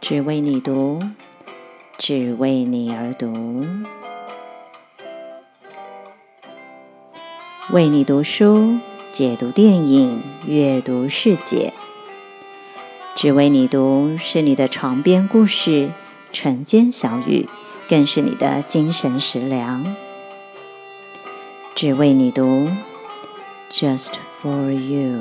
只为你读，只为你而读，为你读书，解读电影，阅读世界。只为你读是你的床边故事，晨间小语，更是你的精神食粮。只为你读 Just for you。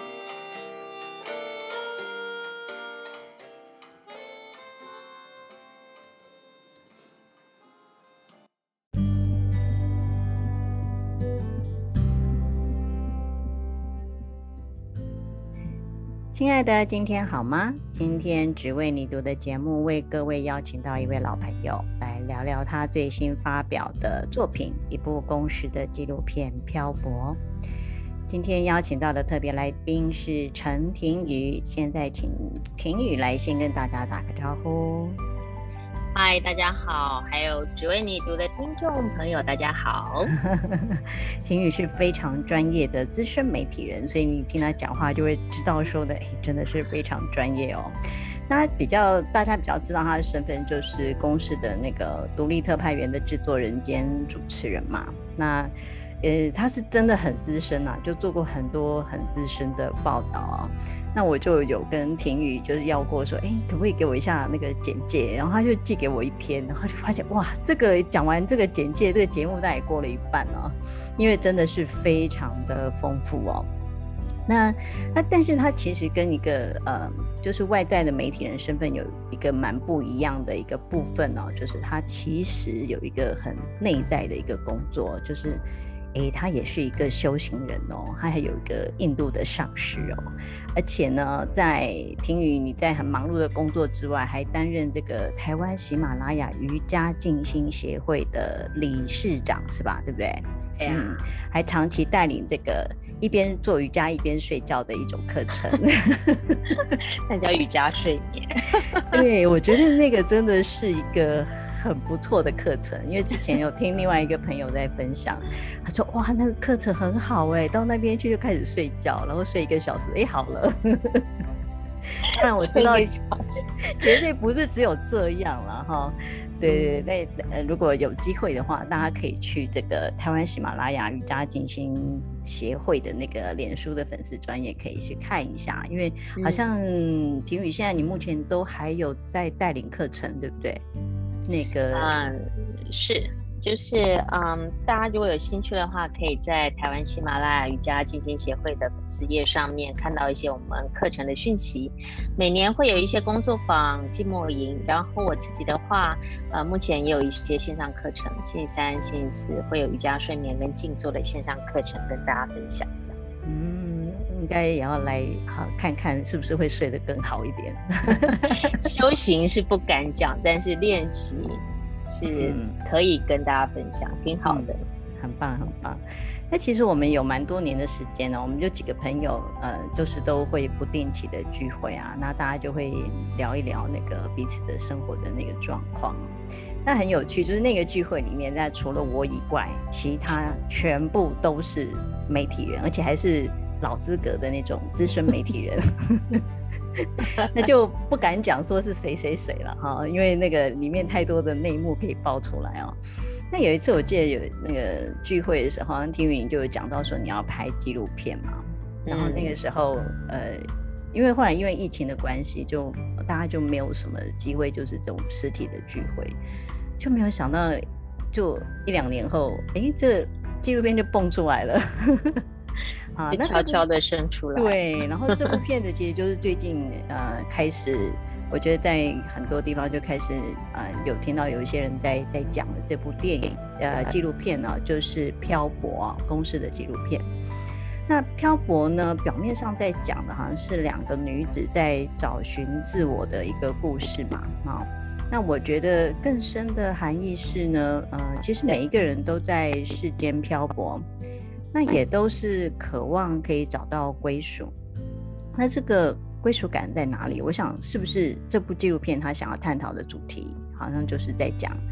亲爱的，今天好吗？今天只为你读的节目为各位邀请到一位老朋友来聊聊他最新发表的作品，一部公视的纪录片《漂泊》。今天邀请到的特别来宾是陈庭瑜，现在请庭瑜来先跟大家打个招呼。 嗨，大家好，还有只为你读的听众朋友，大家好。 庭瑜是非常专业的资深媒体人，所以你听他讲话就会知道说的，真的是非常专业哦。那大家比较知道他的身份就是公视的那个独立特派员的制作人兼主持人嘛。那他是真的很资深啊，就做过很多很资深的报道啊。那我就有跟庭瑜就是要过说，可不可以给我一下那个简介？然后他就寄给我一篇，然后就发现哇，这个讲完这个简介，这个节目大概也过了一半哦，因为真的是非常的丰富哦。那但是他其实跟一个就是外在的媒体人身份有一个蛮不一样的一个部分哦，就是他其实有一个很内在的一个工作，就是他也是一个修行人哦，他还有一个印度的上师哦，而且呢，在庭瑜你在很忙碌的工作之外，还担任这个台湾喜马拉雅瑜伽静心协会的理事长是吧？对不对？ 对啊， 还长期带领这个一边做瑜伽一边睡觉的一种课程， 那叫瑜伽睡眠。 对，我觉得那个真的是一个很不错的课程，因为之前有听另外一个朋友在分享，他说哇，那个课程很好到那边去就开始睡觉，然后睡1个小时，好了。当然我知道绝对不是只有这样了哈。对，那如果有机会的话，大家可以去这个台湾喜马拉雅瑜伽静心协会的那个脸书的粉丝专页可以去看一下，因为好像庭瑜现在你目前都还有在带领课程，对不对？那个是，就是大家如果有兴趣的话，可以在台湾喜马拉雅瑜伽静心协会的粉丝页上面看到一些我们课程的讯息。每年会有一些工作坊、季末营，然后我自己的话，目前也有一些线上课程，星期三、星期四会有瑜伽睡眠跟静坐的线上课程跟大家分享。这样， 应该也要来看看是不是会睡得更好一点。 修行是不敢讲，但是练习是可以跟大家分享，挺好的。 很棒很棒。那其实我们有蛮多年的时间我们就几个朋友就是都会不定期的聚会啊，那大家就会聊一聊那个彼此的生活的那个状况。那很有趣，就是那个聚会里面，那除了我以外，其他全部都是媒体人，而且还是老资格的那种资深媒体人。那就不敢讲说是谁谁谁了哈，因为那个里面太多的内幕可以爆出来哦。那有一次我记得有那个聚会的时候，庭瑜就有讲到说你要拍纪录片嘛，然后那个时候因为后来因为疫情的关系，就大家就没有什么机会，就是这种实体的聚会，就没有想到就1-2年后，这纪录片就蹦出来了。 就悄悄的生出来。 对，然后这部片子其实就是最近开始，我觉得在很多地方就开始有听到有一些人在讲的这部电影纪录片呢，就是《漂泊》公视的纪录片。那《漂泊》呢，表面上在讲的好像是2个女子在找寻自我的一个故事嘛那我觉得更深的含义是呢，其实每一个人都在世间漂泊。那也都是渴望可以找到归属。那这个归属感在哪里？我想是不是这部纪录片他想要探讨的主题好像就是在讲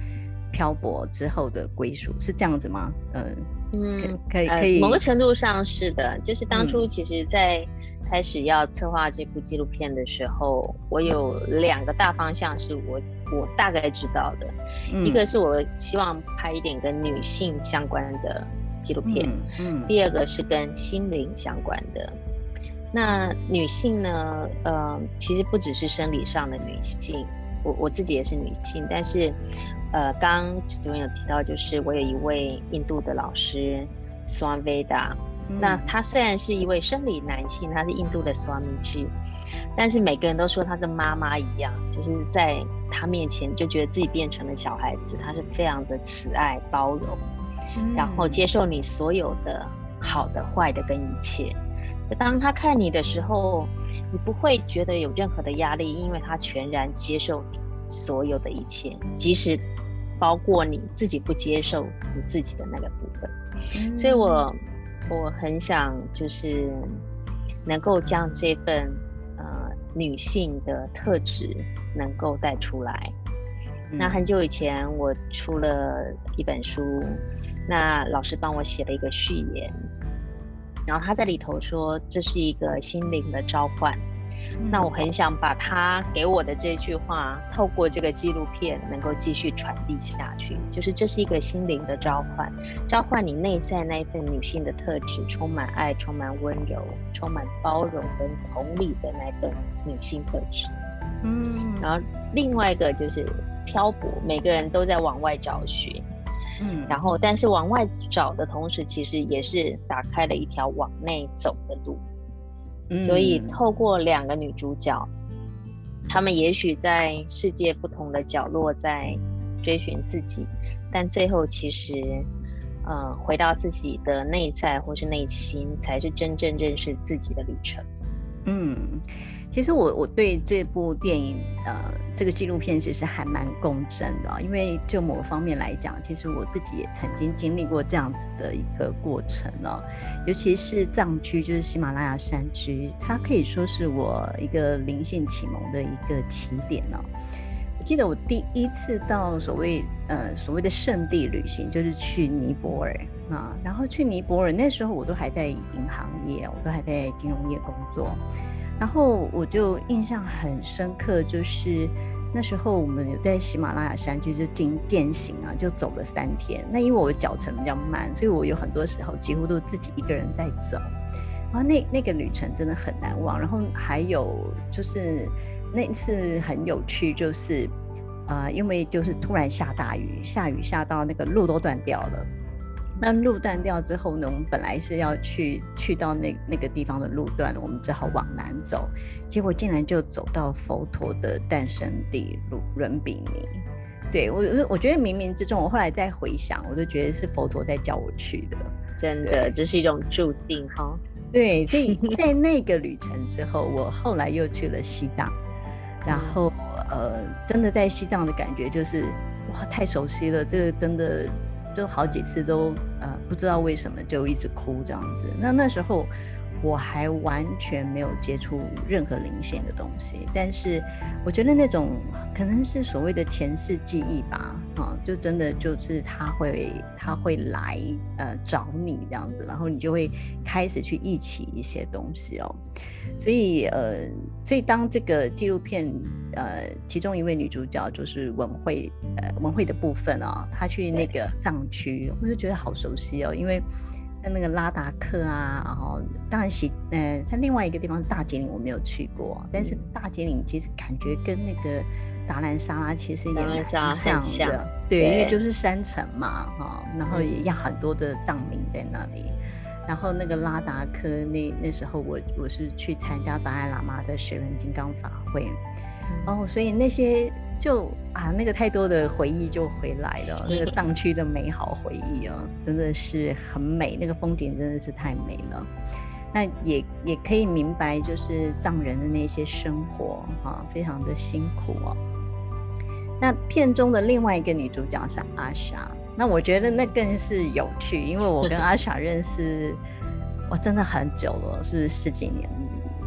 漂泊之后的归属，是这样子吗？可以， 某个程度上是的，就是当初其实在开始要策划这部纪录片的时候，我有2个大方向是我大概知道的，一个是我希望拍一点跟女性相关的纪录片，第二个是跟心灵相关的。那女性呢，其实不只是生理上的女性，我自己也是女性，但是刚刚主任有提到，就是我有一位印度的老师 Swamveda，那他虽然是一位生理男性，他是印度的 Swamiji， 但是每个人都说他跟妈妈一样，就是在他面前就觉得自己变成了小孩子，他是非常的慈爱包容，然后接受你所有的好的坏的跟一切。当他看你的时候，你不会觉得有任何的压力，因为他全然接受你所有的一切，即使包括你自己不接受你自己的那个部分。所以我很想就是能够将这份女性的特质能够带出来。那很久以前我出了一本书，那老师帮我写了一个序言，然后他在里头说这是一个心灵的召唤。那我很想把他给我的这句话透过这个纪录片能够继续传递下去，就是这是一个心灵的召唤，召唤你内在那一份女性的特质，充满爱，充满温柔，充满包容跟同理的那份女性特质。然后另外一个就是漂泊，每个人都在往外找寻，然后但是往外找的同时，其实也是打开了一条往内走的路。所以透过2个女主角，她们也许在世界不同的角落在追寻自己，但最后其实回到自己的内在或是内心，才是真正认识自己的旅程。 其实我对这部电影这个纪录片其实还蛮公正的，因为就某方面来讲，其实我自己也曾经经历过这样子的一个过程尤其是藏区，就是喜马拉雅山区，它可以说是我一个灵性启蒙的一个起点我记得我第一次到所谓的圣地旅行，就是去尼泊尔然后去尼泊尔那时候我都还在银行业，我都还在金融业工作。然后我就印象很深刻，就是那时候我们有在喜马拉雅山区就践行就走了3天。那因为我脚程比较慢，所以我有很多时候几乎都自己一个人在走。然后那个旅程真的很难忘。然后还有就是那一次很有趣，就是因为就是突然下大雨，下到那个路都断掉了。那路断掉之后呢，我们本来是要去到那个地方的路段，我们只好往南走，结果竟然就走到佛陀的诞生地伦比尼。对，我觉得冥冥之中，我后来再回想，我都觉得是佛陀在叫我去的， 真的，这是一种注定对，所以在那个旅程之后，我后来又去了西藏，然后真的在西藏的感觉就是哇，太熟悉了，这个真的。就好几次都不知道为什么就一直哭这样子。那时候我还完全没有接触任何灵性的东西，但是我觉得那种可能是所谓的前世记忆吧，就真的就是他会来找你这样子，然后你就会开始去忆起一些东西所以当这个纪录片其中一位女主角就是文慧的部分她去那个藏区，我就觉得好熟悉因为在那个拉达克然后当然在另外一个地方是大吉岭，我没有去过，但是大吉岭其实感觉跟那个达兰萨拉其实也蛮像的，对，因为就是山城嘛然后也有很多的藏民在那里。然后那个拉达克那时候我是去参加达赖喇嘛的10人金刚法会所以那些就那个太多的回忆就回来了，那个藏区的美好回忆真的是很美，那个风景真的是太美了。那也可以明白就是藏人的那些生活非常的辛苦那片中的另外一个女主角是阿莎，那我觉得那更是有趣，因为我跟阿莎认识真的很久了，是10几年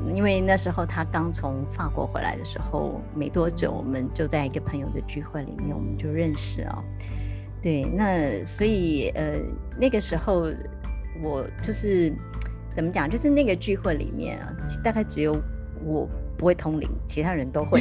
因为那时候他刚从法国回来的时候没多久，我们就在一个朋友的聚会里面我们就认识啊。对，那所以那个时候我就是怎么讲，就是那个聚会里面啊，大概只有我不会通灵，其他人都会。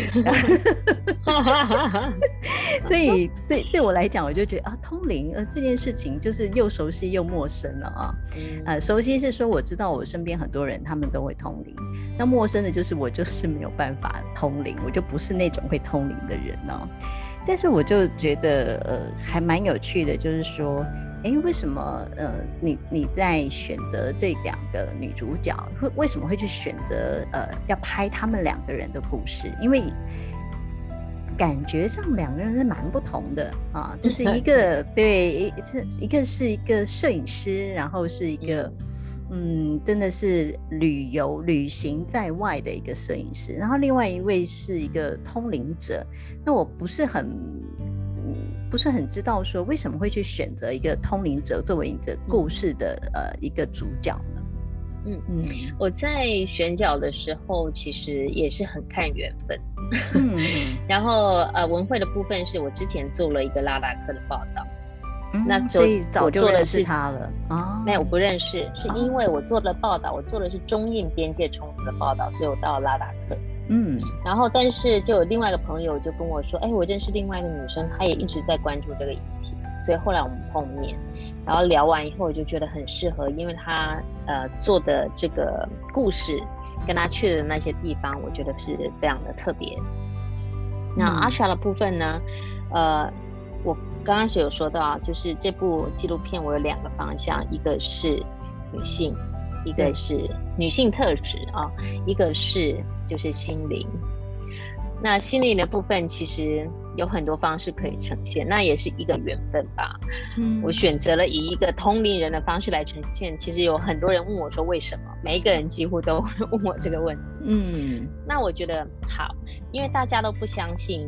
所以对我来讲，我就觉得啊，通灵这件事情就是又熟悉又陌生了啊。熟悉是说我知道我身边很多人他们都会通灵，那陌生的就是我就是没有办法通灵，我就不是那种会通灵的人哦。但是我就觉得还蛮有趣的，就是说为什么你在选择这两个女主角，为什么会去选择要拍他们两个人的故事？因为感觉上两个人是蛮不同的啊，就是一个对，一个是一个摄影师，然后是一个真的是旅行在外的一个摄影师，然后另外一位是一个通灵者。那我不是很知道说为什么会去选择一个通灵者作为你的故事的一个主角呢？ 我在选角的时候其实也是很看缘分。然后文慧的部分是我之前做了一个拉达克的报道。那所以早就认识他了啊？ 没有，我不认识，是因为我做了报道，我做的是中印边界冲突的报道，所以我到了拉达克。然后但是就有另外一个朋友就跟我说，我认识另外一个女生，她也一直在关注这个议题，所以后来我们碰面，然后聊完以后我就觉得很适合，因为她做的这个故事跟她去的那些地方，我觉得是非常的特别。那阿莎的部分呢，我刚开始有说到，就是这部纪录片我有两个方向，一个是女性，一个是女性特质啊，一个是就是心灵。那心灵的部分其实有很多方式可以呈现，那也是一个缘分吧。我选择了以一个通灵人的方式来呈现，其实有很多人问我说为什么，每一个人几乎都会问我这个问题。那我觉得好，因为大家都不相信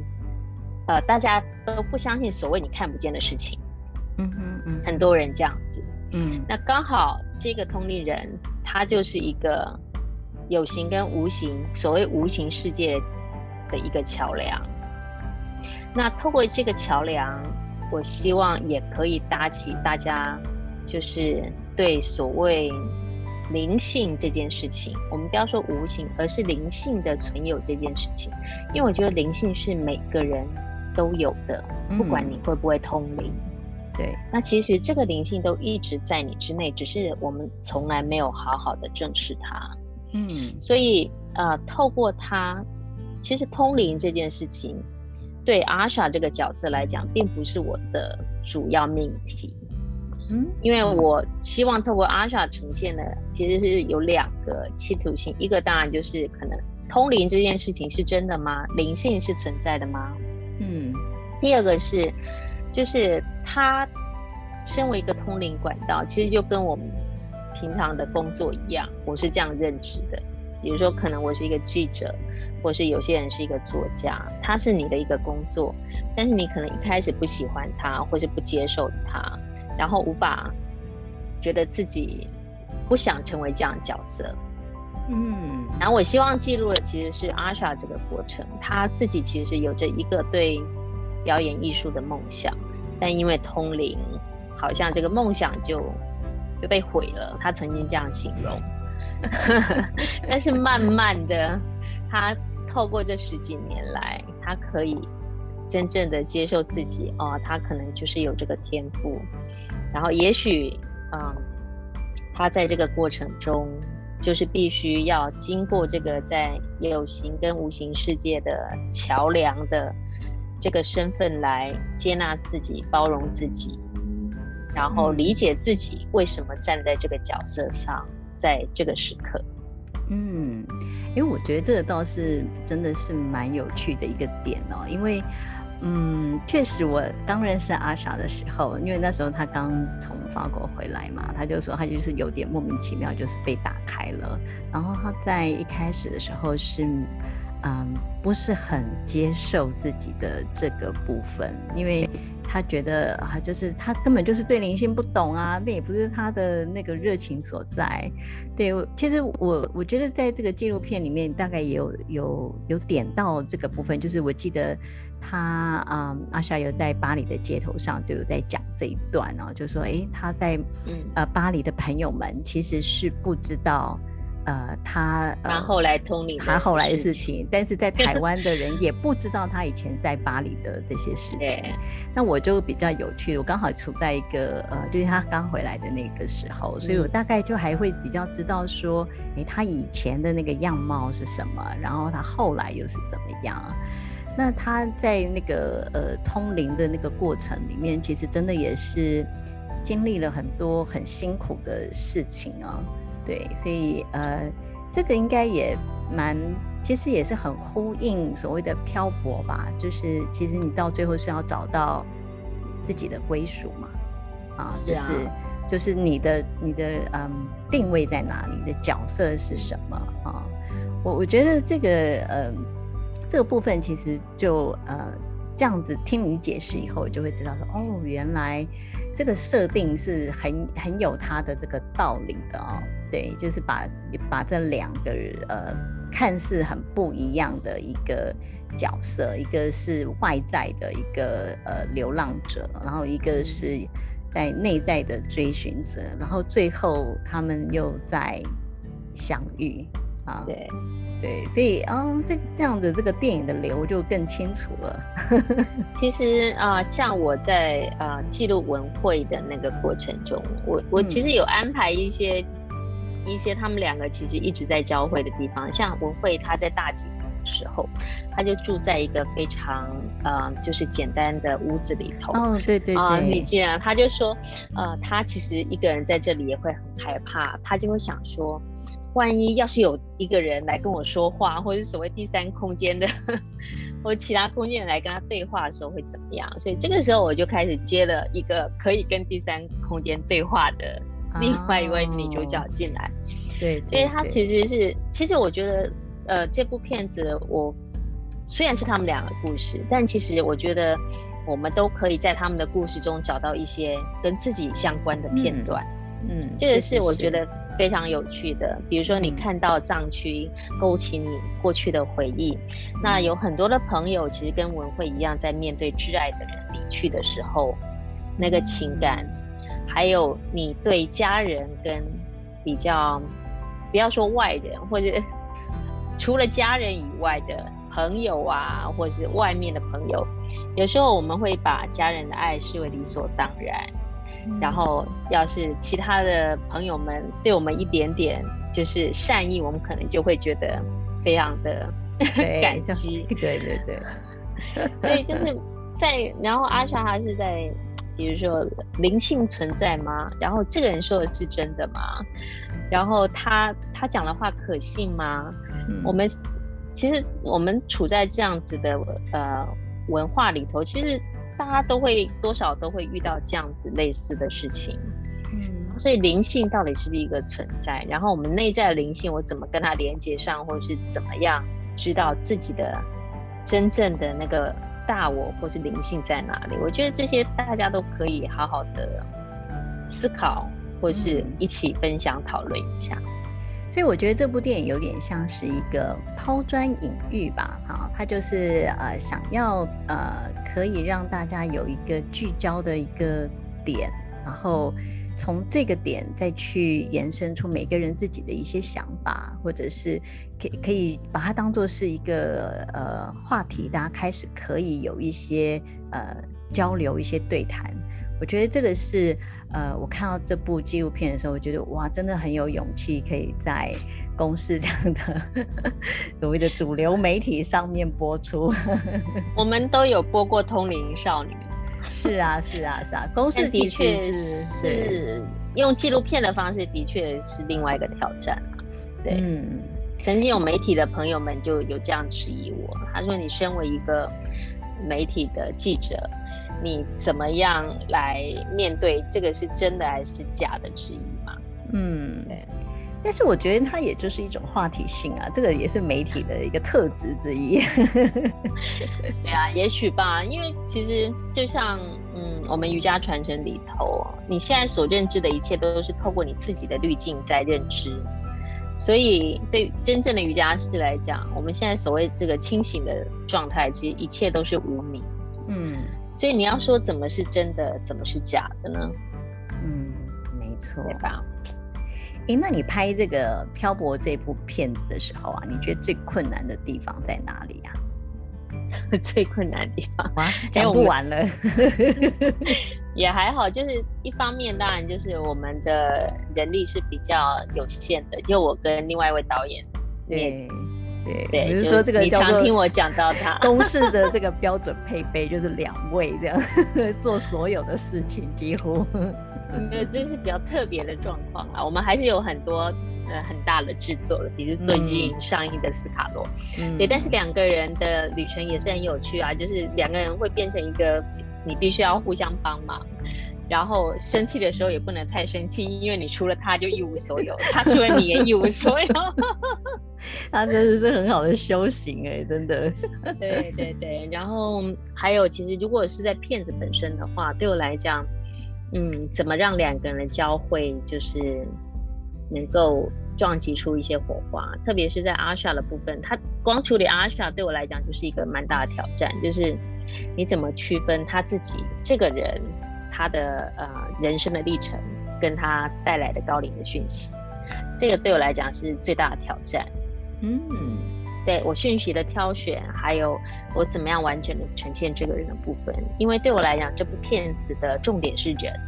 所谓你看不见的事情。很多人这样子。那刚好这个通灵人他就是一个有形跟无形，所谓无形世界的一个桥梁。那透过这个桥梁，我希望也可以搭起大家就是对所谓灵性这件事情，我们不要说无形，而是灵性的存有这件事情。因为我觉得灵性是每个人都有的，不管你会不会通灵。 对， 那其实这个灵性都一直在你之内，只是我们从来没有好好的正视它。所以透过它，其实通灵这件事情对阿莎这个角色来讲并不是我的主要命题。因为我希望透过阿莎呈现的其实是有两个企图心，一个当然就是可能通灵这件事情是真的吗？灵性是存在的吗？第二个是就是他身为一个通灵管道，其实就跟我们平常的工作一样，我是这样认知的。比如说可能我是一个记者，或是有些人是一个作家，他是你的一个工作，但是你可能一开始不喜欢他，或是不接受他，然后无法觉得自己不想成为这样的角色。然后我希望记录的其实是阿莎这个过程，他自己其实有着一个对表演艺术的梦想，但因为通灵好像这个梦想就被毁了，他曾经这样形容。但是慢慢的他透过这10几年来，他可以真正的接受自己他可能就是有这个天赋，然后也许他在这个过程中就是必须要经过这个在有形跟无形世界的桥梁的这个身份来接纳自己，包容自己，然后理解自己为什么站在这个角色上，在这个时刻。 因为我觉得这个倒是真的是蛮有趣的一个点因为确实我刚认识阿莎的时候，因为那时候他刚从法国回来嘛，他就说他就是有点莫名其妙就是被打开了，然后他在一开始的时候是不是很接受自己的这个部分，因为他觉得啊，就是他根本就是对灵性不懂啊，那也不是他的那个热情所在。对，其实我觉得在这个纪录片里面，大概也有点到这个部分，就是我记得他阿莎有在巴黎的街头上就有在讲这一段哦，就说他在巴黎的朋友们其实是不知道。他后来通灵他后来的事情，但是在台湾的人也不知道他以前在巴黎的这些事情。那我就比较有趣，我刚好处在一个就是他刚回来的那个时候，所以我大概就还会比较知道说，他以前的那个样貌是什么，然后他后来又是怎么样。那他在那个通灵的那个过程里面，其实真的也是经历了很多很辛苦的事情啊。对，所以这个应该也其实也是很呼应所谓的漂泊吧，就是其实你到最后是要找到自己的归属嘛，就是你的定位在哪里，你的角色是什么啊？我觉得这个部分其实就这样子听你解释以后，就会知道说哦，原来这个设定是很有它的这个道理的哦。对，就是把这两个看似很不一样的一个角色，一个是外在的一个流浪者，然后一个是在内在的追寻者，然后最后他们又在相遇啊。对，所以这样的这个电影的流就更清楚了。 其实像我在记录文慧的那个过程中，我其实有安排一些他们两个其实一直在交汇的地方，像文慧她在大几的时候，她就住在一个非常就是简单的屋子里头。 对你记得她就说她其实一个人在这里也会很害怕，她就会想说，万一要是有一个人来跟我说话，或者是所谓第三空间的或者其他空间人来跟他对话的时候会怎么样。所以这个时候我就开始接了一个可以跟第三空间对话的另外一位女主角进来。 对， 所以她其实我觉得这部片子我虽然是他们两个故事，但其实我觉得我们都可以在他们的故事中找到一些跟自己相关的片段。这个是我觉得非常有趣的。比如说你看到藏区勾起你过去的回忆，那有很多的朋友其实跟文慧一样，在面对挚爱的人离去的时候，那个情感，还有你对家人跟比较不要说外人，或者除了家人以外的朋友啊，或者是外面的朋友，有时候我们会把家人的爱视为理所当然，然后要是其他的朋友们对我们一点点就是善意，我们可能就会觉得非常的感激。 对所以就是然后阿莎她是在比如说灵性存在吗？然后这个人说的是真的吗？然后他讲的话可信吗？其实我们处在这样子的文化里头，其实大家多少都会遇到这样子类似的事情。所以灵性到底是不是一个存在？然后我们内在的灵性，我怎么跟它连接上，或者是怎么样知道自己的真正的那个大我或是灵性在哪里？我觉得这些大家都可以好好的思考，或是一起分享讨论一下。 所以我觉得这部电影有点像是一个抛砖引玉吧，它就是想要可以让大家有一个聚焦的一个点，然后从这个点再去延伸出每个人自己的一些想法，或者是可以把它当作是一个话题，大家开始可以有一些交流，一些对谈。我觉得这个是我看到这部纪录片的时候，我觉得哇，真的很有勇气，可以在公视这样的所谓的主流媒体上面播出。 我们都有播过《通灵少女》。 是啊，公视其实是用纪录片的方式，的确是另外一个挑战啊。对，曾经有媒体的朋友们就有这样质疑我，他说：“你身为一个媒体的记者，你怎么样来面对这个是真的还是假的质疑嘛？” 但是我觉得它也就是一种话题性啊，这个也是媒体的一个特质之一。 对啊，也许吧，因为其实就像我们瑜伽传承里头，你现在所认知的一切都是透过你自己的滤镜在认知，所以对真正的瑜伽师来讲，我们现在所谓这个清醒的状态，其实一切都是无明。所以你要说怎么是真的，怎么是假的呢？ 没错， 对吧？ 那你拍这个漂泊这部片子的时候啊，你觉得最困难的地方在哪里啊？ 最困难的地方哇，讲不完了。 也还好，就是一方面当然就是我们的人力是比较有限的，就我跟另外一位导演。对， 比如说这个叫做， 你常听我讲到他公式的这个标准配备就是2位这样做所有的事情几乎。 这是比较特别的状况啊。我们还是有很多很大的制作了，比如最近上映的斯卡罗。对，但是2个人的旅程也是很有趣啊，就是2个人会变成一个，你必须要互相帮忙。然后生气的时候也不能太生气，因为你除了他就一无所有，他除了你也一无所有。 他真是很好的修行真的。 对，然后还有其实如果是在片子本身的话，对我来讲怎么让2个人的交汇就是能够撞击出一些火花，特别是在阿莎的部分，他光处理阿莎对我来讲就是一个蛮大的挑战，就是你怎么区分他自己这个人他的人生的历程跟他带来的高龄的讯息，这个对我来讲是最大的挑战。对，我讯息的挑选，还有我怎么样完整的呈现这个人的部分，因为对我来讲这部片子的重点是人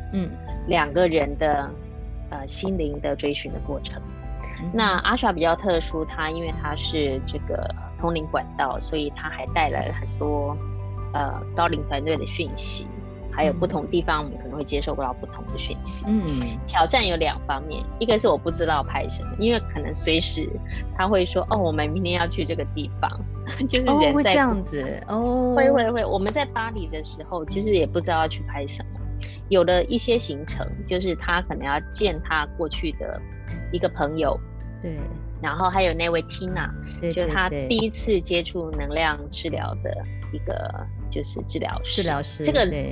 ，2个人的心灵的追寻的过程。那阿莎比较特殊，他因为他是这个通灵管道，所以他还带来了很多高龄团队的讯息，还有不同地方我们可能会接受到不同的讯息。挑战有2方面，一个是我不知道拍什么，因为可能随时他会说我们明天要去这个地方，就是人在会这样子会。我们在巴黎的时候，其实也不知道要去拍什么，有的一些行程就是他可能要见他过去的一个朋友， 对， 然后还有那位 Tina， 就是他第一次接触能量治疗的一个就是治疗师，这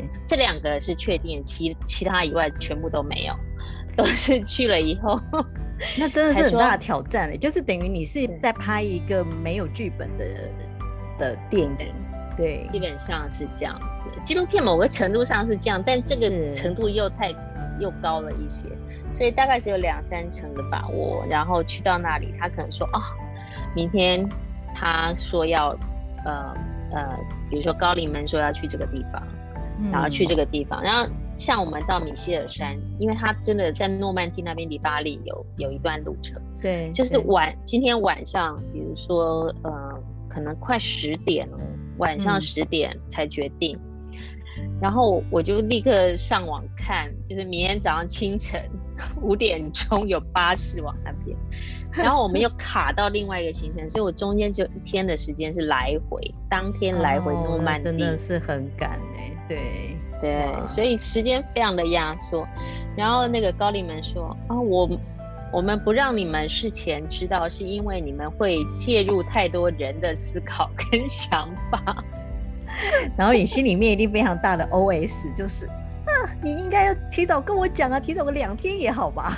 2个是确定，其他以外全部都没有，都是去了以后。 那真的是很大的挑战就是等于你是在拍一个没有剧本的电影。对， 基本上是这样子。纪录片某个程度上是这样，但这个程度又高了一些，所以大概只有2-3成的把握。然后去到那里，他可能说明天他说要比如说高龄们说要去这个地方，然后去这个地方。然后像我们到米歇尔山，因为他真的在诺曼底那边离巴黎有一段路程， 对， 就是今天晚上，比如说可能快10点了，晚上10点才决定。然后我就立刻上网看，就是明天早上清晨5点钟有巴士往那边，然后我们又卡到另外一个行程，所以我中间只有1天的时间是来回，当天来回诺曼底， 真的是很赶对， 所以时间非常的压缩。然后那个高龄们说我们不让你们事前知道，是因为你们会介入太多人的思考跟想法。 然后你心里面一定非常大的 OS 就是你应该要提早跟我讲啊，提早个2天也好吧。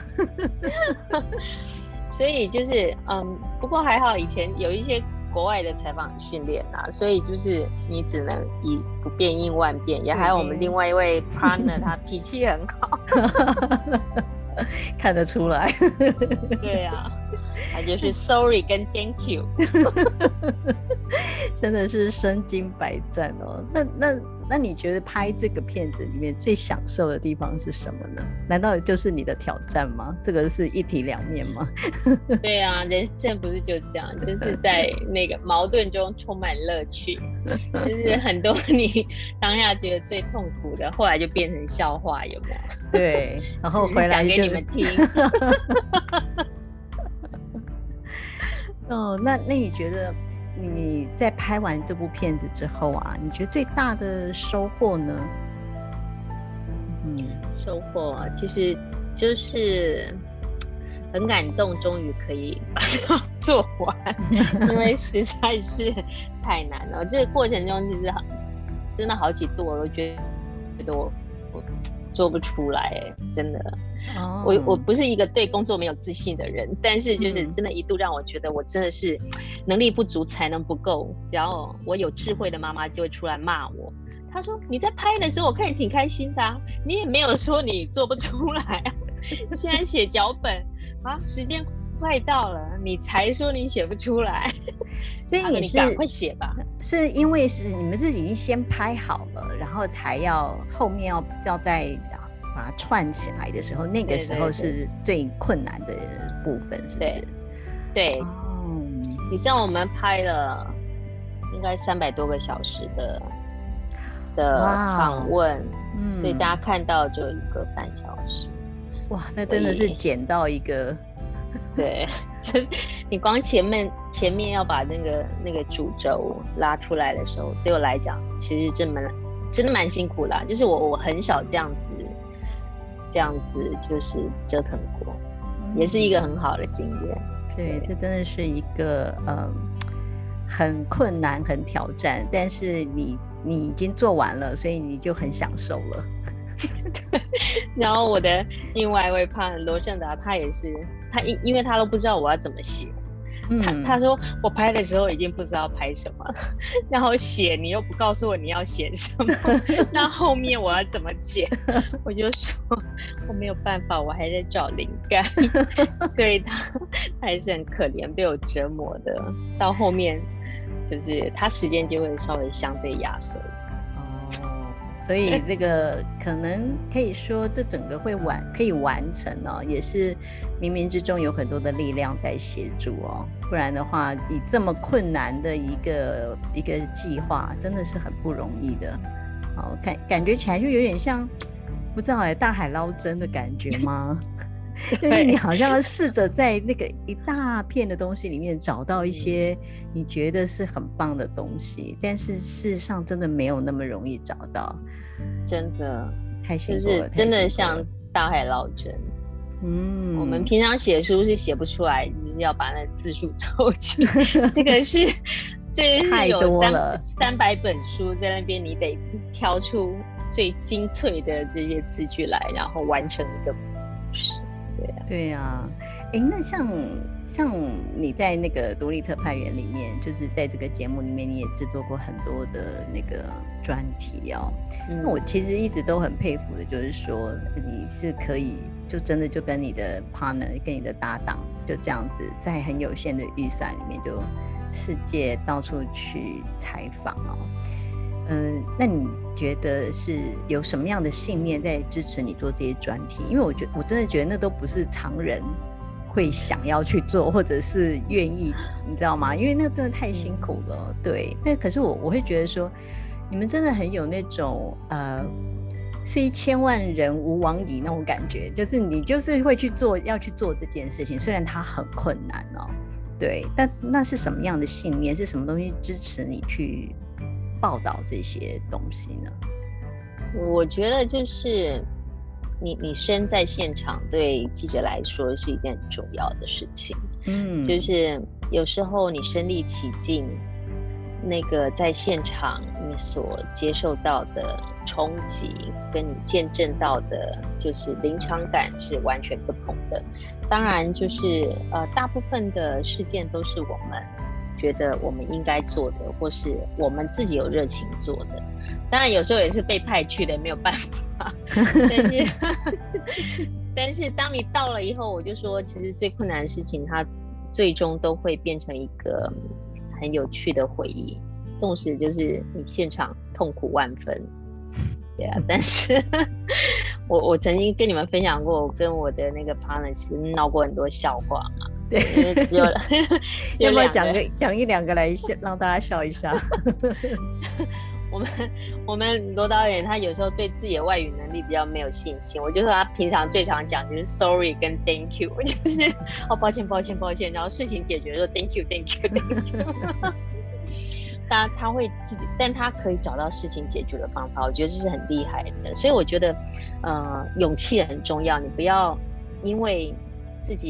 所以就是不过还好以前有一些国外的采访训练啊，所以就是你只能以不变应万变。也还有我们另外一位 partner 他脾气很好。 看得出来。 对啊，他就是 sorry 跟 thank you。 真的是身经百战那你觉得拍这个片子里面最享受的地方是什么呢？难道就是你的挑战吗？这个是一体两面吗？ 对啊，人生不是就这样，就是在那个矛盾中充满乐趣。就是很多你当下觉得最痛苦的，后来就变成笑话，有没有？ 对，然后回来讲给你们听。 那你觉得你在拍完这部片子之后啊，你觉得最大的收获呢？收获其实就是很感动，终于可以把它做完，因为实在是太难了。这个过程中其实真的好几度我都觉得我做不出来，真的。我不是一个对工作没有自信的人，但是就是真的一度让我觉得我真的是能力不足，才能不够，然后我有智慧的妈妈就会出来骂我。她说你在拍的时候我看你挺开心的啊，你也没有说你做不出来啊，现在写脚本啊，时间快到了你才说你写不出来， 所以你赶快写吧。 是因为是你们是已经先拍好了，然后才要后面要再把它串起来的时候，那个时候是最困难的部分，是不是？对， 你知道我们拍了应该300多个小时的访问，所以大家看到就1个半小时。 哇，那真的是剪到一个。 对，就是你光前面要把那个主轴拉出来的时候，对我来讲，其实真的蛮辛苦啦。就是我很少这样子就是折腾过，也是一个很好的经验。 对，这真的是一个很困难、很挑战，但是你已经做完了，所以你就很享受了。 对，然后我的另外一位partner罗胜达，他也是，因为他都不知道我要怎么写，他说我拍的时候已经不知道拍什么，然后写你又不告诉我你要写什么，那后面我要怎么剪？我就说我没有办法，我还在找灵感，所以他还是很可怜，被我折磨的，到后面就是他时间就会稍微相对压缩。 所以这个可能可以说，这整个可以完成哦，也是冥冥之中有很多的力量在协助哦，不然的话，以这么困难的一个计划，真的是很不容易的。好，感觉起来就有点像，不知道大海捞针的感觉吗？就是你好像要试着在那个一大片的东西里面找到一些你觉得是很棒的东西，但是事实上真的没有那么容易找到， 真的太辛苦了， 就是真的像大海捞针。我们平常写书是写不出来，就是要把那字数凑齐，这个是有300本书在那边，你得挑出最精粹的这些字句来，然后完成一个故事。 对啊，那像你在那个独立特派员里面，就是在这个节目里面，你也制作过很多的那个专题哦。那我其实一直都很佩服的，就是说你是可以就真的就跟你的 partner 跟你的搭档就这样子，在很有限的预算里面，就世界到处去采访哦。那你觉得是有什么样的信念在支持你做这些专题？因为我真的觉得那都不是常人会想要去做，或者是愿意，你知道吗？因为那真的太辛苦了。对，但可是我会觉得说，你们真的很有那种是1000万人吾往矣那种感觉，就是你就是会要去做这件事情，虽然它很困难哦。对，但那是什么样的信念？是什么东西支持你去报道这些东西呢？ 我觉得就是你身在现场，对记者来说是一件很重要的事情。就是有时候你身临其境，那个在现场你所接受到的冲击，跟你见证到的，就是临场感是完全不同的。当然，就是大部分的事件都是我们觉得我们应该做的，或是我们自己有热情做的。当然有时候也是被派去的，没有办法。但是当你到了以后，我就说其实最困难的事情它最终都会变成一个很有趣的回忆，纵使就是你现场痛苦万分。对啊，但是我曾经跟你们分享过，我跟我的那个 partner 其实闹过很多笑话嘛。 对， 因为只有要不要讲1-2个来让大家笑一下？ 我们罗导演他有时候对自己的外语能力比较没有信心，我就说他平常最常讲就是 sorry 跟 thank you， 就是抱歉，然后事情解决说 thank you。他会自己，但他可以找到事情解决的方法，我觉得这是很厉害的。所以我觉得勇气很重要，你不要因为自己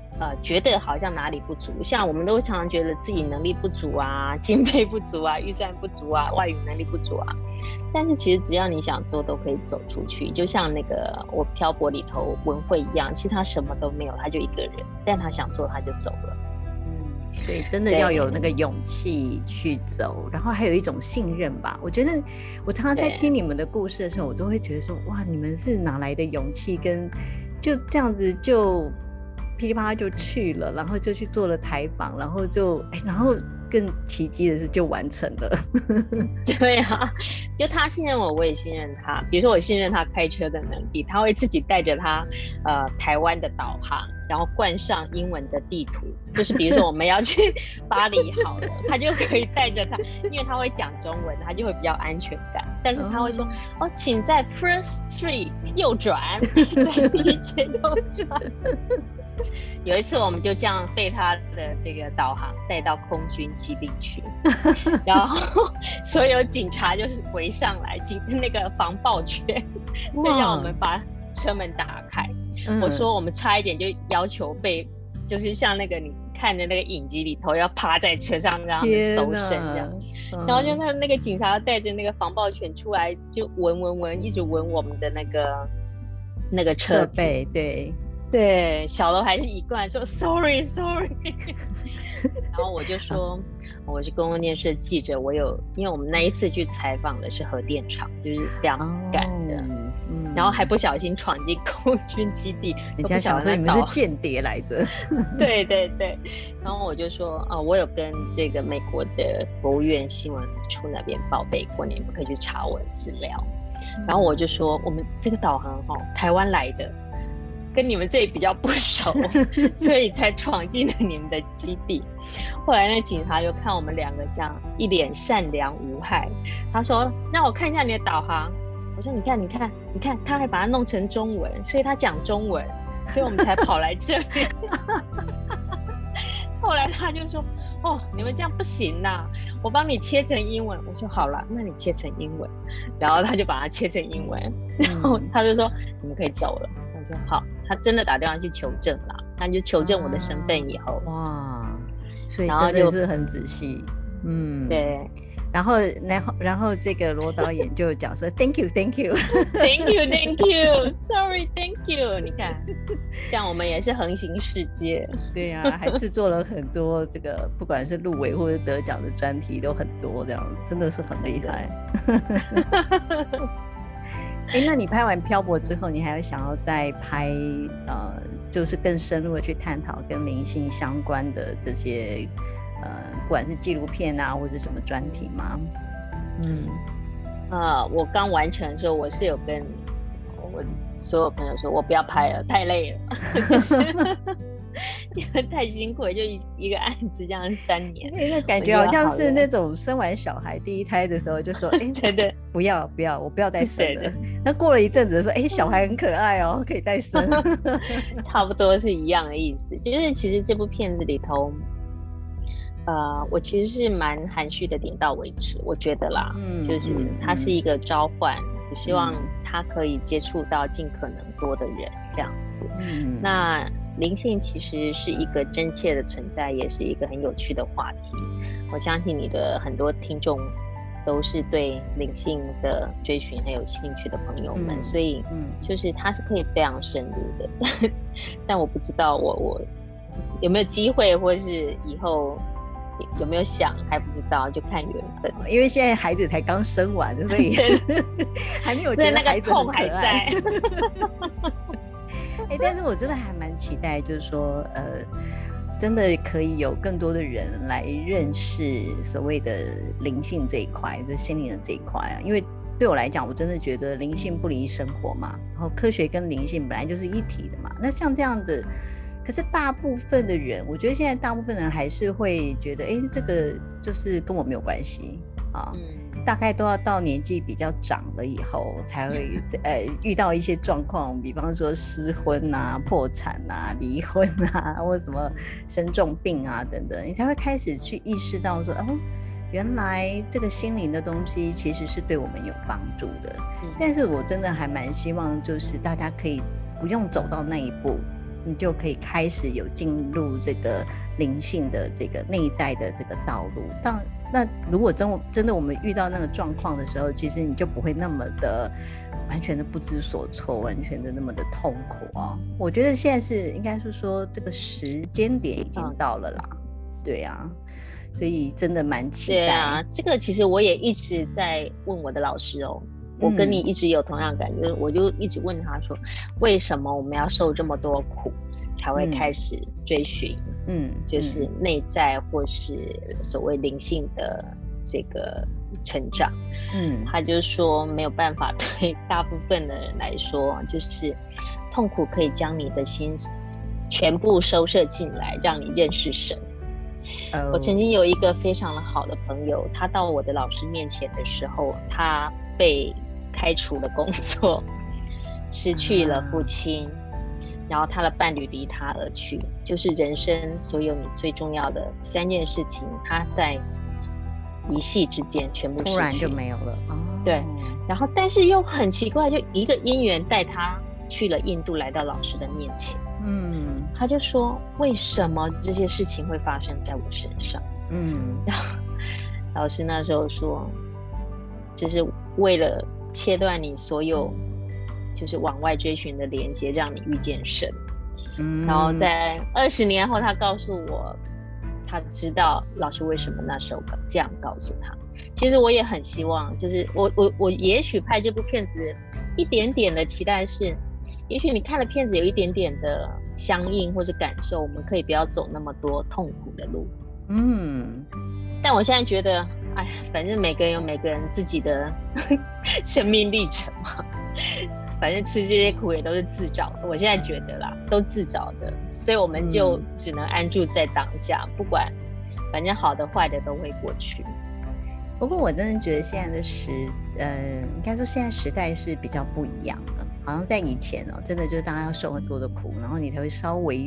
觉得好像哪里不足，像我们都常常觉得自己能力不足啊，经费不足啊，预算不足啊，外语能力不足啊，但是其实只要你想做都可以走出去，就像那个我漂泊里头文慧一样，其实他什么都没有，他就一个人，但他想做他就走了。 所以真的要有那个勇气去走，然后还有一种信任吧。我觉得我常常在听你们的故事的时候，我都会觉得说，哇，你们是哪来的勇气，跟就这样子就噼里啪啦就去了，然后就去做了采访，然后然后更奇迹的是就完成了。 对啊，就他信任我，我也信任他。比如说我信任他开车的能力，他会自己带着他台湾的导航，然后冠上英文的地图。就是比如说我们要去巴黎好了，他就可以带着他，因为他会讲中文，他就会比较安全感。但是他会说，请在 First Street 右转，在第一街右转。有一次我们就这样被他的这个导航带到空军基地去，然后所有警察就是围上来，那个防暴圈，就让我们把车门打开。我说我们差一点就要求被，就是像那个你看的那个影集里头要趴在车上让他们搜身这样，然后就那个警察带着那个防暴犬出来，就闻，一直闻我们的那个车子，对，小楼还是一贯说 sorry， 然后我就说我是公共电视的记者，因为我们那一次去采访的是核电厂，就是非常赶的，然后还不小心闯进空军基地， 人家想说你们是间谍来着。 对，然后我就说我有跟这个美国的国务院新闻处那边报备过，你们可以去查我的资料。然后我就说我们这个导航台湾来的，跟你们这里比较不熟，所以才闯进了你们的基地。后来那警察就看我们两个这样一脸善良无害，他说让我看一下你的导航。我说你看，他还把它弄成中文，所以他讲中文，所以我们才跑来这里。后来他就说你们这样不行啦，我帮你切成英文。我说好了，那你切成英文。然后他就把它切成英文，然后他就说你们可以走了。我说好，他真的打电话去求证啦，他就求证我的身份以后， 所以真的是很仔细， 对。 然后这个罗导演就讲说 thank you sorry thank you， 你看这样我们也是横行世界。 对啊，还制作了很多这个不管是入围或者得奖的专题都很多，这样真的是很厉害。那你拍完漂泊之后，你还有想要再拍就是更深入的去探讨跟灵性相关的这些不管是纪录片啊或者什么专题吗？ 我刚完成的时候，我是有跟我所有朋友说我不要拍了，太累了。就是因为太辛苦了，就一个案子这样3年， 那感觉好像是那种生完小孩第一胎的时候就说对， 不要我不要再生了。那过了一阵子说小孩很可爱可以再生。 差不多是一样的意思。就是其实这部片子里头我其实是蛮含蓄的，点到为止，我觉得啦，就是它是一个召唤，我希望他可以接触到尽可能多的人这样子。那灵性其实是一个真切的存在，也是一个很有趣的话题。我相信你的很多听众都是对灵性的追寻很有兴趣的朋友们，所以就是它是可以非常深入的。但我不知道我有没有机会，或是以后有没有想还不知道，就看缘分。 因为现在孩子才刚生完，所以还没有觉得孩子很可爱。 那个痛还在。 但是我真的还蛮期待，就是说真的可以有更多的人来认识所谓的灵性这一块，就心灵的这一块啊。因为对我来讲，我真的觉得灵性不离生活嘛，然后科学跟灵性本来就是一体的嘛。那像这样的，可是大部分的人，我觉得现在大部分人还是会觉得这个就是跟我没有关系啊。大概都要到年纪比较长了以后，才会遇到一些状况，比方说失婚啊、破产啊、离婚啊，或者什么生重病啊等等，你才会开始去意识到说，原来这个心灵的东西其实是对我们有帮助的。但是我真的还蛮希望，就是大家可以不用走到那一步， 你就可以开始有进入这个灵性的这个内在的这个道路。那如果真的我们遇到那个状况的时候，其实你就不会那么的完全的不知所措，完全的那么的痛苦啊。我觉得现在是应该是说这个时间点已经到了啦，对啊，所以真的蛮期待。 对啊，这个其实我也一直在问我的老师哦，我跟你一直有同样的感觉，我就一直问他说，为什么我们要受这么多苦才会开始追寻，就是内在或是所谓灵性的这个成长。他就说没有办法，对大部分的人来说，就是痛苦可以将你的心全部收摄进来，让你认识神。我曾经有一个非常的好的朋友，他到我的老师面前的时候，他被开除了工作，失去了父亲，然后他的伴侣离他而去，就是人生所有你最重要的3件事情，他在一夕之间全部失去， 突然就没有了。 对，然后但是又很奇怪，就一个因缘带他去了印度，来到老师的面前。他就说为什么这些事情会发生在我身上？然后老师那时候说，就是为了切断你所有就是往外追寻的连接，让你遇见神。然后在20年后，他告诉我，他知道老师为什么那时候这样告诉他。其实我也很希望，就是我也许拍这部片子一点点的期待是，也许你看了片子有一点点的相应或是感受，我们可以不要走那么多痛苦的路。但我现在觉得，哎，反正每个人有每个人自己的生命历程嘛，反正吃这些苦也都是自找的。我现在觉得啦，都自找的，所以我们就只能安住在当下，不管，反正好的坏的都会过去。 不过我真的觉得现在的应该说现在时代是比较不一样的。好像在以前真的就是大家要受很多的苦，然后你才会稍微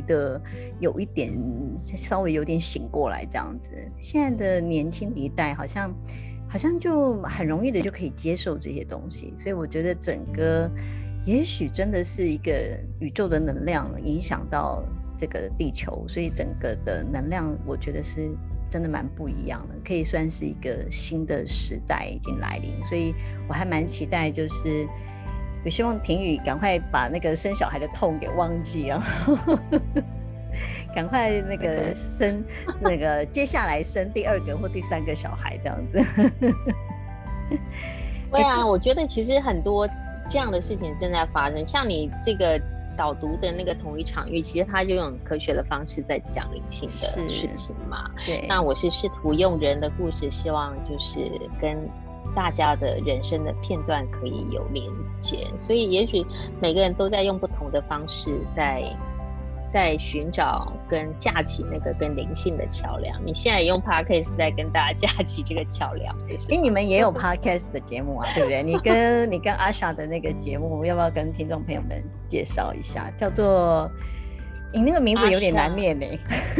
有点醒过来这样子。现在的年轻的一代好像就很容易的就可以接受这些东西，所以我觉得整个也许真的是一个宇宙的能量影响到这个地球，所以整个的能量我觉得是真的蛮不一样的，可以算是一个新的时代已经来临。所以我还蛮期待，就是我希望婷宇赶快把那个生小孩的痛给忘记啊，赶快那个接下来生第2个或第3个小孩这样子。 对啊，我觉得其实很多这样的事情正在发生，像你这个导读的那个同一场域，其实他就用科学的方式在讲灵性的事情嘛。 对， 那我是试图用人的故事，希望就是跟大家的人生的片段可以有连接，所以也许每个人都在用不同的方式在寻找跟架起那个跟灵性的桥梁。你现在也用 podcast 在跟大家架起这个桥梁， 因为你们也有 podcast 的节目啊，对不对？你跟阿莎的那个节目，要不要跟听众朋友们介绍一下？叫做你那个名字有点难念呢。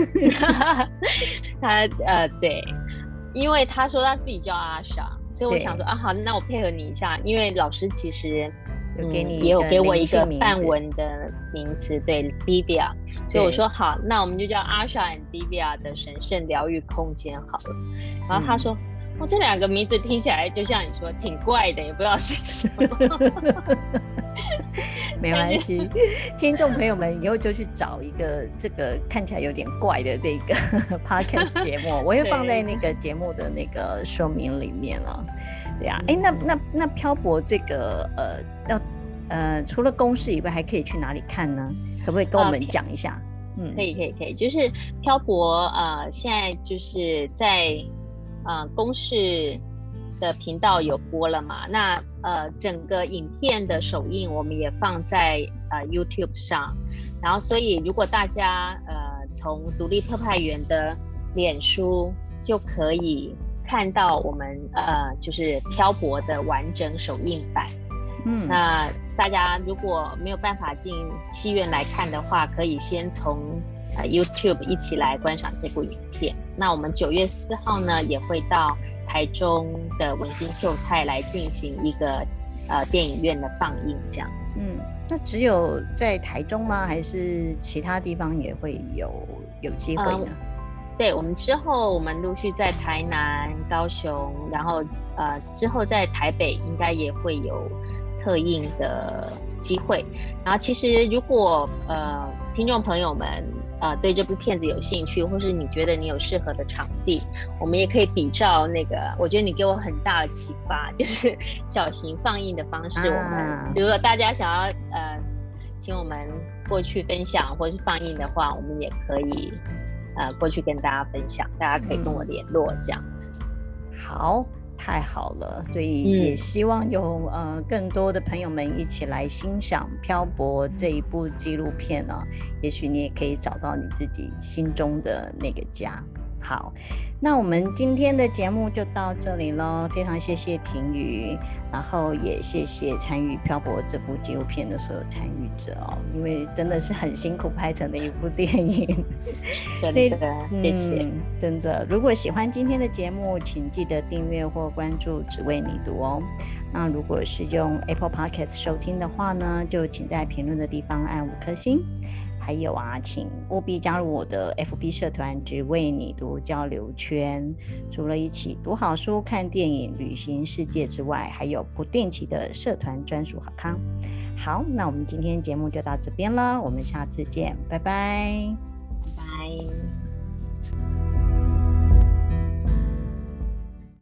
他对，因为他说他自己叫阿莎，所以我想说好，那我配合你一下，因为老师其实也有给我一个梵文的名字，对 Divya， 所以我说好，那我们就叫 Asha and Divya 的神圣疗愈空间好了。然后他说，这2个名字听起来就像你说挺怪的，也不知道是什么。 没关系，听众朋友们以后就去找一个这个看起来有点怪的这个 podcast 节目，我会放在那个节目的那个说明里面了。对啊，那漂泊这个除了公视以外，还可以去哪里看呢？可不可以跟我们讲一下？ 可以，就是漂泊现在就是在公视的频道有播了嘛？那整个影片的首映我们也放在YouTube 上，然后所以如果大家从独立特派员的脸书就可以看到我们就是漂泊的完整首映版。那大家如果没有办法进戏院来看的话，可以先从YouTube 一起来观赏这部影片。那我们9月4号呢，也会到台中的文心秀泰来进行一个电影院的放映，这样子。 那只有在台中吗？还是其他地方也会有机会呢？ 对，我们之后陆续在台南、高雄，然后之后在台北应该也会有特映的机会。然后其实如果听众朋友们对这部片子有兴趣，或是你觉得你有适合的场地，我们也可以比照那个，我觉得你给我很大的启发，就是小型放映的方式。我们如果大家想要请我们过去分享或是放映的话，我们也可以过去跟大家分享，大家可以跟我联络这样子。 好，太好了，所以也希望有更多的朋友们一起来欣赏《漂泊》这一部纪录片呢，也许你也可以找到你自己心中的那个家。好，那我们今天的节目就到这里咯，非常谢谢庭瑜，然后也谢谢参与《漂泊》这部纪录片的所有参与者哦，因为真的是很辛苦拍成的一部电影。 真的，谢谢。 真的，如果喜欢今天的节目，请记得订阅或关注只为你读哦。那如果是用 Apple Podcast 收听的话呢，就请在评论的地方按5颗星。还有请务必加入我的 FB 社团只为你读交流圈，除了一起读好书、看电影、旅行世界之外，还有不定期的社团专属好康。好，那我们今天节目就到这边了，我们下次见，拜拜。 拜拜。